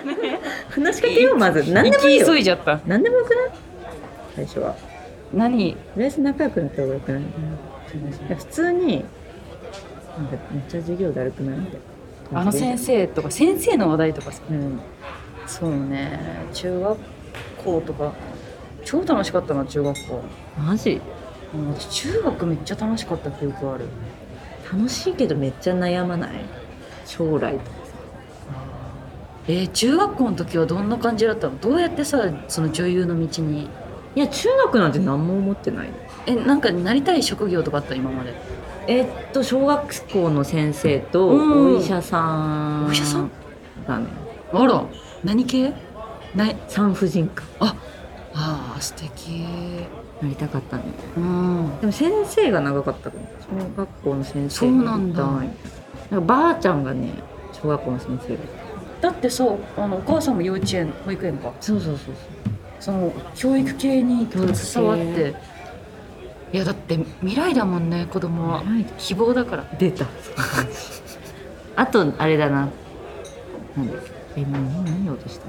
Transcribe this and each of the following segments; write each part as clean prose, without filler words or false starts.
話しかけよう。まず何でもいいよ。 行き急いじゃった。 何でもよくない？最初は何？ とりあえず仲良くなった方がよくない？いや普通になんかめっちゃ授業だるくないみたいな。 あの先生とか先生の話題とかさ、 そうね、中学校とか超楽しかったな。中学校マジ？ 中学めっちゃ楽しかった記憶ある。 楽しいけどめっちゃ悩まない？将来とかさ。 中学校の時はどんな感じだったの？どうやってさその女優の道に。 いや中学なんて何も思ってない。 なんかなりたい職業とかあった今まで？ 小学校の先生とお医者さん。 お医者さんだね。 あら、何系？ 産婦人科。 素敵。 なりたかったね。 でも先生が長かったから小学校の先生。 そうなんだ。 なんかばあちゃんがね小学校の先生だってさお母さんも幼稚園保育園か。 そうその教育系に携わって。いやだって未来だもんね。子供は希望だから。 出たあとあれだな、なんだっけ、何を落とした。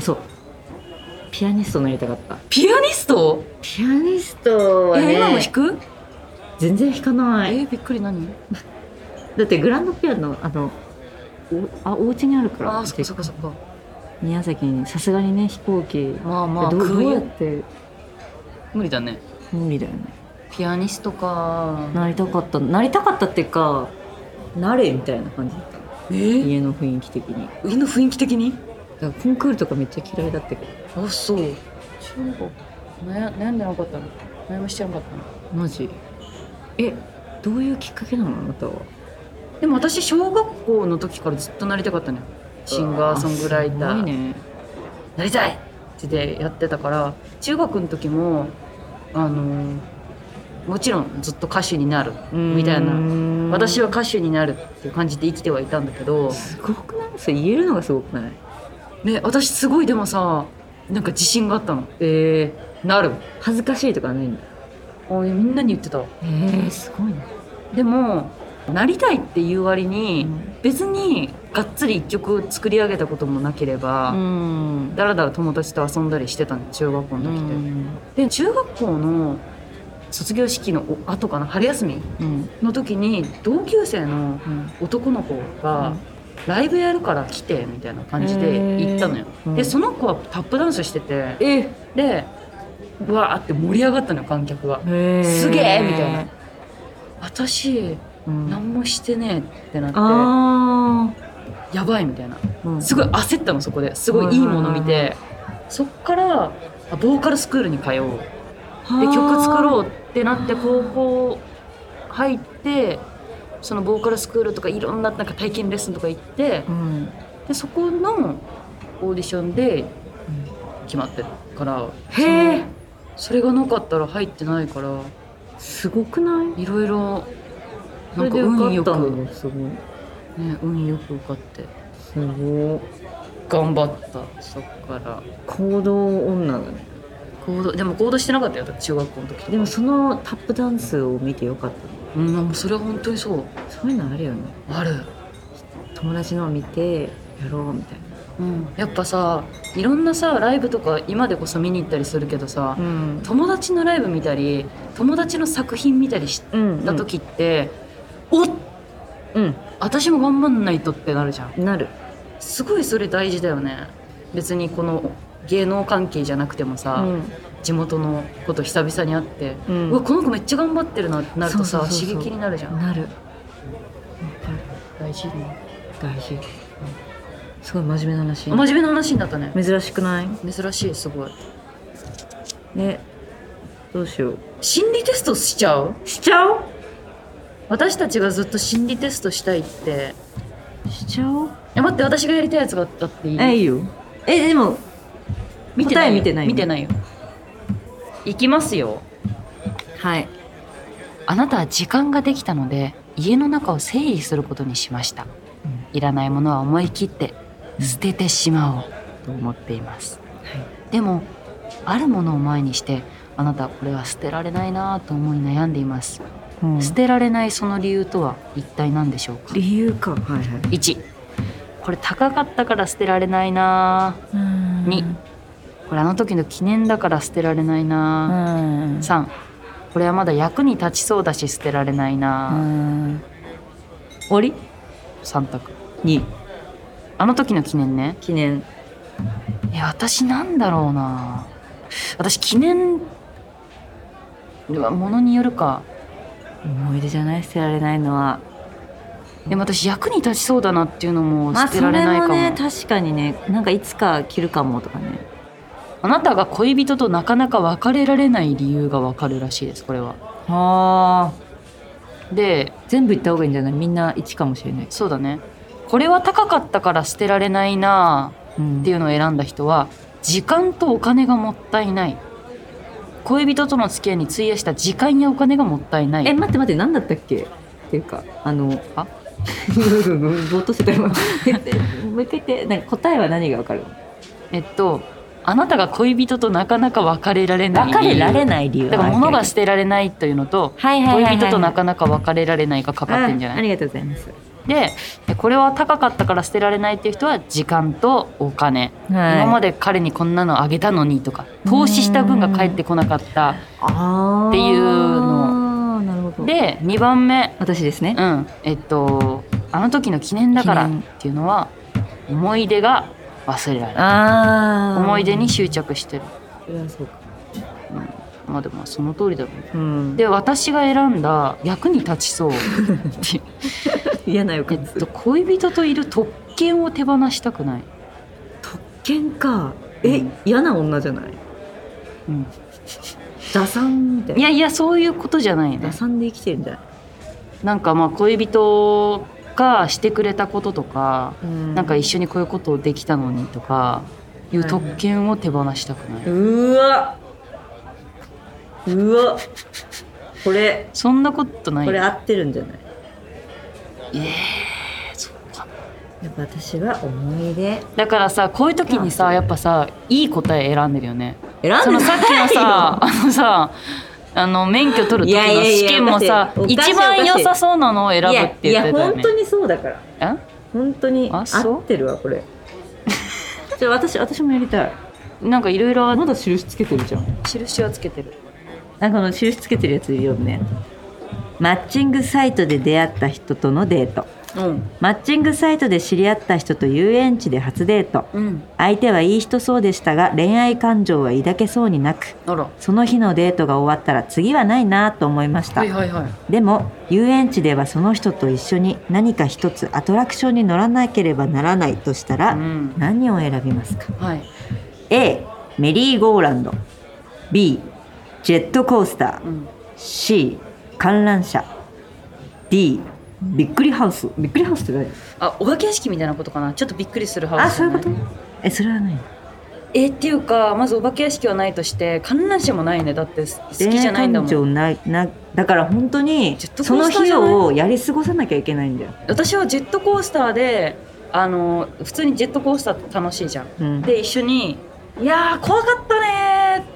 そう、ピアニストになりたかった。 ピアニストはね、 今も弾く？ 全然弾かない。 びっくり。何？ だってグランドピアノお家にあるから。 そっか宮崎にさすがにね飛行機どうやって無理だね。 無理だよね。 ピアニストか。 なりたかったっていうかなれみたいな感じだった。家の雰囲気的にだからコンクールとかめっちゃ嫌いだったけど。 そう。中学悩んでなかったの？悩みしてなかったの？ マジ？どういうきっかけなのあなたは？ でも私小学校の時からずっとなりたかったのよ。シンガーソングライター、ね、なりたいってやってたから、中学の時ももちろんずっと歌手になるみたいな、私は歌手になるっていう感じで生きてはいたんだけど。 すごくない？それ言えるのがすごくない？ ね、私すごいでもさなんか自信があったの。なる。 恥ずかしいとかないんだ？ みんなに言ってた。 すごいね。 でもなりたいっていう割に、別にがっつり一曲作り上げたこともなければ、だらだら友達と遊んだりしてたの中学校の時で。で中学校の卒業式の後かな、春休みの時に同級生の男の子がライブやるから来てみたいな感じで行ったのよ。でその子はタップダンスしてて、でうわーって盛り上がったのよ観客が。すげえみたいな。私何もしてねえってなって、やばいみたいな、すごい焦ったの。そこですごいいいもの見て、そっからボーカルスクールに通うで曲作ろうってなって高校入って、そのボーカルスクールとかいろんななんか体験レッスンとか行って、でそこのオーディションで決まってるから、それがなかったら入ってないから。 すごくない？ いろいろなんか運よく運よく受かって、 すごい頑張った。そっから行動女だね。 でも行動してなかったよ中学校の時。 でもそのタップダンスを見てよかったの。 もうそれは本当にそういうのあるよね。 ある。 友達のを見てやろうみたいな。 やっぱさいろんなさライブとか今でこそ見に行ったりするけどさ、友達のライブ見たり友達の作品見たりした時って、私も頑張んないとってなるじゃん。 なる。 すごいそれ大事だよね。別にこの芸能関係じゃなくてもさ、地元の子と久々に会って、うわこの子めっちゃ頑張ってるなってなるとさ、刺激になるじゃん。 なる。 大事ね。 大事。すごい真面目な話。 真面目な話になったね。 珍しくない？ 珍しい。すごいね。どうしよう。 心理テストしちゃう？私たちがずっと心理テストしたいってしちゃおう。 待って、私がやりたいやつがあっていい？ いいよ。でも答え見てないよ。いきますよ。 はい。 あなたは時間ができたので家の中を整理することにしました。いらないものは思い切って捨ててしまおうと思っています。でもあるものを前にしてあなたはこれは捨てられないなと思い悩んでいます。捨てられないその理由とは一体何でしょうか？ 理由か。 1、ここれ高かったから捨てられないな。2、これあの時の記念だから捨てられないな。3、これはまだ役に立ちそうだし捨てられないな。 終わり？ 3択。 2、 あの時の記念ね。 記念。 私なんだろうな。私記念はものによるか。 思い出じゃない、捨てられないのは。 でも私役に立ちそうだなっていうのも捨てられないかも。 それもね、確かにね、なんかいつか着るかもとかね。 あなたが恋人となかなか別れられない理由がわかるらしいです、これは。 はあ。 で、 全部言った方がいいんじゃない？みんな1かもしれない。 そうだね。これは高かったから捨てられないなっていうのを選んだ人は、時間とお金がもったいない。恋人との付き合いに費やした時間やお金がもったいない。 待って何だったっけっていうかぼーっとしてたよ。もう一回言って、なんか答えは何が分かる？ あなたが恋人となかなか別れられない理由。 別れられない理由。 だから物が捨てられないというのと、恋人となかなか別れられないがかかってんじゃない？ ありがとうございます。 で、これは高かったから捨てられないっていう人は時間とお金、今まで彼にこんなのあげたのにとか、投資した分が返ってこなかったっていうの。 なるほど。で、 2番目、 私ですね。 あの時の記念だからっていうのは思い出が忘れられない。思い出に執着してる。 それはそうか。 まあでもその通りだろうね。で、私が選んだ役に立ちそう嫌な予感。 恋人といる特権を手放したくない。 特権か。嫌な女じゃない？打算みたいな。 いやそういうことじゃないね。 打算で生きてるんじゃない？ なんかまあ恋人がしてくれたこととか、なんか一緒にこういうことをできたのにとかいう特権を手放したくない。 うわこれそんなことない。 これ合ってるんじゃない？ そうかな。 やっぱ私は思い出だからさ、こういう時にさ、やっぱさ、いい答え選んでるよね。 選んでないよ。 さっきの免許取る時の試験もさ、一番良さそうなのを選ぶって言ってたよね。 いや本当にそうだから。本当に合ってるわこれ。じゃあ私もやりたい。 なんかいろいろ。 まだ印つけてるじゃん。 印はつけてる。 なんか印つけてるやつ読むね。マッチングサイトで出会った人とのデート。マッチングサイトで知り合った人と遊園地で初デート。相手はいい人そうでしたが恋愛感情は抱けそうになく、その日のデートが終わったら次はないなと思いました。でも遊園地ではその人と一緒に何か一つアトラクションに乗らなければならないとしたら、何を選びますか？A メリーゴーランド、 B ジェットコースター、C 観覧車、 D びっくりハウス。びっくりハウスって何？ お化け屋敷みたいなことかな。ちょっとびっくりするハウス。 そういうこと？それはない。 っていうか、まずお化け屋敷はないとして観覧車もないね。だって好きじゃないんだもん。 だから本当にその日をやり過ごさなきゃいけないんだよ。 私はジェットコースターで普通にジェットコースターって楽しいじゃん、で一緒にいやー怖かったねって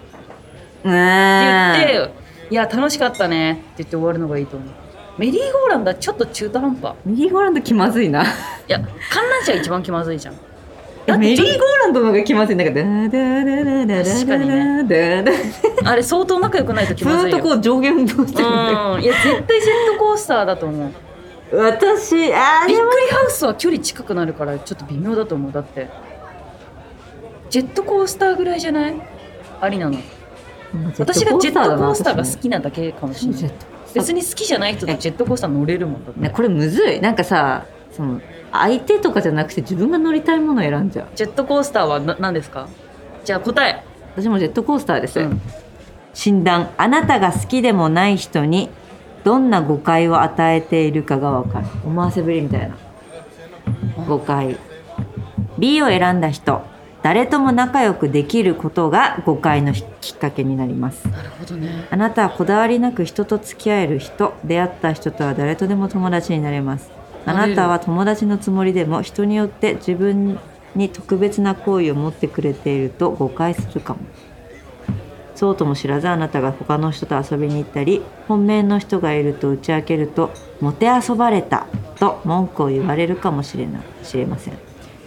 言って、いや楽しかったねって言って終わるのがいいと思う。メリーゴーランドはちょっと中途半端。 メリーゴーランド気まずいな。いや観覧車一番気まずいじゃん。 メリーゴーランドの方が気まずい。なんか確かにね。 あれ相当仲良くないと気まずいよ。 ずっとこう上下運動してるんだよ。 いや絶対ジェットコースターだと思う。 私びっくりハウスは距離近くなるからちょっと微妙だと思う。だってジェットコースターぐらいじゃない？ありなの。私がジェットコースターが好きなだけかもしれない。別に好きじゃない人とジェットコースター乗れるもんだって。 これむずい。なんかさ、その相手とかじゃなくて自分が乗りたいものを選んじゃう。 ジェットコースターは何ですか？じゃあ答え。 私もジェットコースターです、診断。あなたが好きでもない人にどんな誤解を与えているかが分かる。思わせぶりみたいな誤解。 B を選んだ人、誰とも仲良くできることが誤解のきっかけになります。 なるほどね。 あなたはこだわりなく人と付き合える人。出会った人とは誰とでも友達になれます。あなたは友達のつもりでも人によって自分に特別な好意を持ってくれていると誤解するかも。そうとも知らずあなたが他の人と遊びに行ったり本命の人がいると打ち明けるともてあそばれたと文句を言われるかもしれません。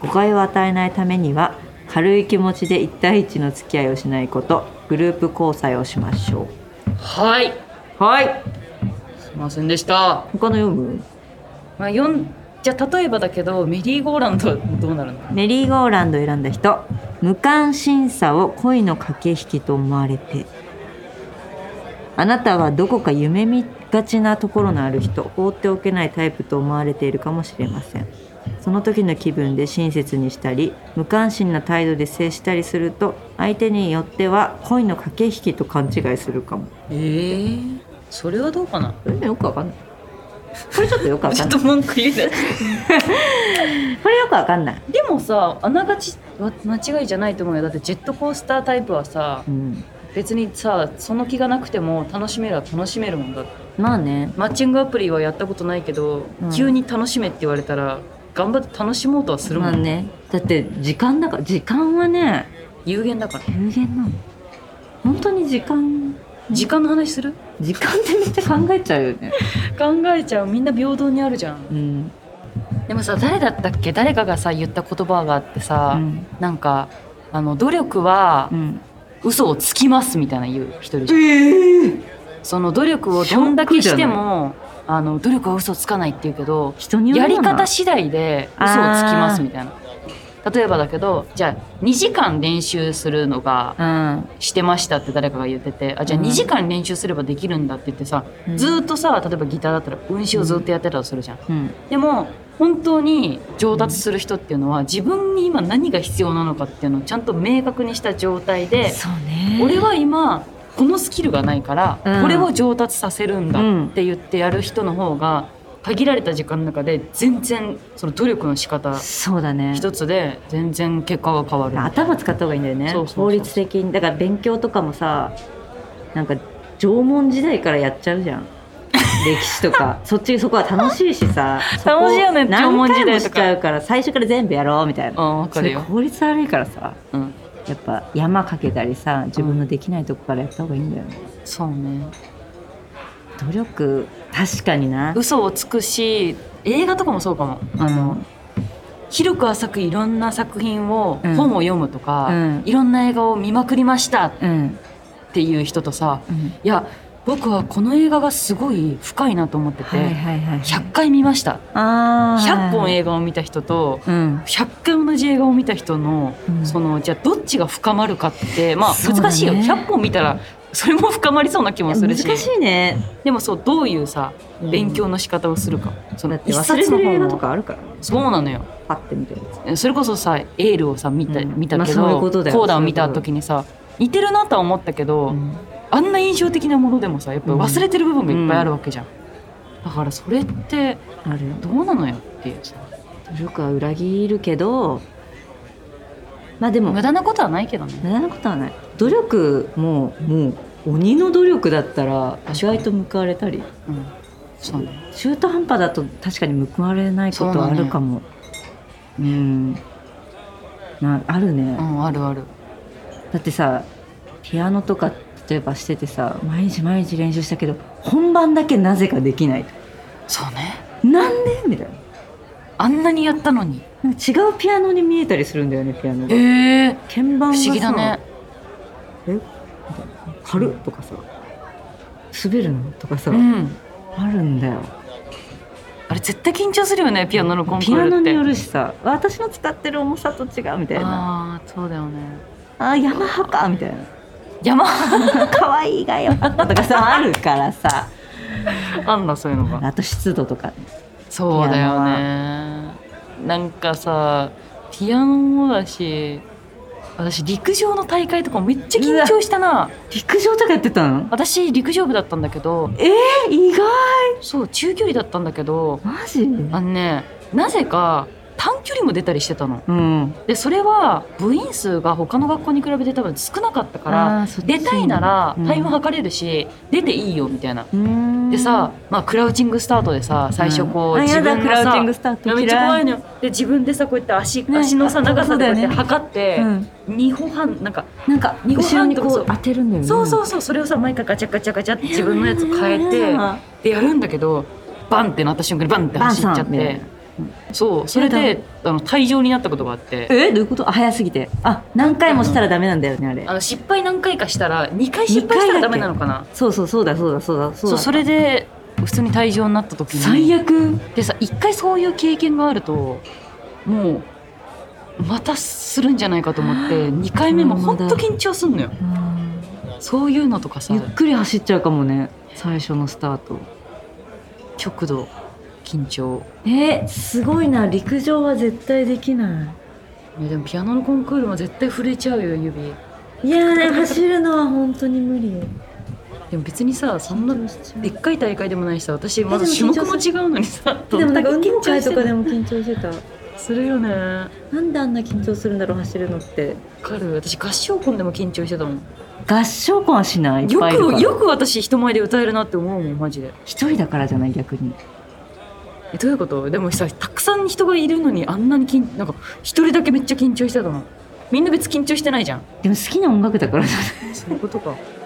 誤解を与えないためには軽い気持ちで1対1の付き合いをしないこと、グループ交際をしましょう。 はいはい、 すいませんでした。 他の読む？ じゃあ例えばだけどメリーゴーランドはどうなるの？ メリーゴーランドを選んだ人、無関心さを恋の駆け引きと思われて、あなたはどこか夢見がちなところのある人、放っておけないタイプと思われているかもしれません。その時の気分で親切にしたり無関心な態度で接したりすると、相手によっては恋の駆け引きと勘違いするかも。 それはどうかな。 よくわかんない。これちょっとよくわかんない。 ちょっと文句言い出してこれよくわかんない。 でもさ、あながち間違いじゃないと思うよ。だってジェットコースタータイプはさ、別にさその気がなくても楽しめるは楽しめるもんだって。 まあね、 マッチングアプリはやったことないけど、急に楽しめって言われたら頑張って楽しもうとはするもん。 まあね、だって時間だから、時間はね有限だから。 有限なの。本当に時間の話する？ 時間ってめっちゃ考えちゃうよね考えちゃう。みんな平等にあるじゃん、でもさ、誰だったっけ、誰かがさ言った言葉があってさ、なんか努力は嘘をつきますみたいな言う人いるじゃん、その努力をどんだけしても努力は嘘つかないって言うけど、やり方次第で嘘をつきますみたいな。例えばだけど、じゃあ2時間練習するのがしてましたって誰かが言ってて、じゃあ2時間練習すればできるんだって言ってさ、ずっとさ、例えばギターだったら運指をずっとやってたとするじゃん、でも本当に上達する人っていうのは、自分に今何が必要なのかっていうのをちゃんと明確にした状態で、俺は今このスキルがないから、これを上達させるんだって言ってやる人の方が、限られた時間の中で全然その努力の仕方一つで全然結果が変わる。 頭使った方がいいんだよね。効率的に。だから勉強とかもさ、なんか縄文時代からやっちゃうじゃん歴史とかそこは楽しいしさ楽しいよね。縄文時代とか何回もしちゃうから、最初から全部やろうみたいな。 分かるよ。 それ効率悪いからさ、やっぱ山かけたりさ、自分のできないとこからやった方がいいんだよね。 そうね。 努力、確かにな。 嘘をつくし、映画とかもそうかも。広く浅くいろんな作品を、本を読むとか、いろんな映画を見まくりましたっていう人とさ、いや僕はこの映画がすごい深いなと思ってて、100回見ました、100本映画を見た人と、100回同じ映画を見た人の、じゃあどっちが深まるかって、まあ難しいよ。100本見たらそれも深まりそうな気もするし。 難しいね。 でもどういうさ勉強の仕方をするか、 だって忘れてる映画とかあるからね。 そうなのよ。 パッて見てるやつ。 それこそさ、エールをさ見たけど、コーダを見た時にさ、似てるなとは思ったけど、あんな印象的なものでもさ、やっぱ忘れてる部分がいっぱいあるわけじゃん、だからそれってどうなのよっていうさ。 努力は裏切るけど、まあでも無駄なことはないけどね。 無駄なことはない。努力もう鬼の努力だったら意外と報われたり、 そうね、 中途半端だと確かに報われないことはあるかも。あるね、 あるある。 だってさ、ピアノとか例えばしててさ、毎日練習したけど本番だけなぜかできない。 そうね。 なんでみたいな。あんなにやったのに違うピアノに見えたりするんだよね、ピアノが。鍵盤がさ、 不思議だね。 軽とかさ、滑るのとかさ、あるんだよ。 あれ絶対緊張するよね、ピアノのコンクールって。 ピアノによるしさ、私の使ってる重さと違うみたいな。 そうだよね。 ヤマハかみたいな。 ヤマハかわいいがよとかさあるからさあんなそういうのが。 あと湿度とか。 そうだよね。なんかさ、ピアノもだし、私陸上の大会とかめっちゃ緊張したな。 陸上とかやってたの？ 私陸上部だったんだけど。 意外。 そう中距離だったんだけど。 マジ？ なぜか短距離も出たりしてたの、でそれは部員数が他の学校に比べて多分少なかったから、出たいならタイム測れるし、出ていいよみたいな。でさ、クラウチングスタートでさ、最初自分のさ、めっちゃ怖いのよ。で自分でさ、こうやって足のさ長さでこうやって測って、2歩半なんか2歩半とかそう当てるんだよね。 そうそれをさ、毎回ガチャガチャガチャって自分のやつ変えてでやるんだけど、バンってなった瞬間にバンって走っちゃって、 そうそれで退場になったことがあって。 どういうこと？早すぎて。何回もしたらダメなんだよね、あれ。 失敗何回かしたら2回失敗したらダメなのかな。 そうだ。 それで普通に退場になった時に最悪でさ、1回そういう経験があるともうまたするんじゃないかと思って2回目もほんと緊張すんのよ。そういうのとかさ、 ゆっくり走っちゃうかもね、最初のスタート。 極度緊張。 すごいな。陸上は絶対できない。 でもピアノのコンクールも絶対震えちゃうよ、指。 いやね、走るのは本当に無理。 でも別にさ、そんなでっかい大会でもないしさ、私まだ種目も違うのにさ。 でもなんか運動会とかでも緊張してた。 するよね。 なんであんな緊張するんだろう、走るのって。 わかる。私合唱コンでも緊張してたもん。 合唱コンはしない。 よく私人前で歌えるなって思うもん、マジで。 一人だからじゃない、逆に。 どういうこと？でもさ、たくさん人がいるのにあんなになんか一人だけめっちゃ緊張してたの。みんな別に緊張してないじゃん。 でも好きな音楽だからじゃない。 そういうことか。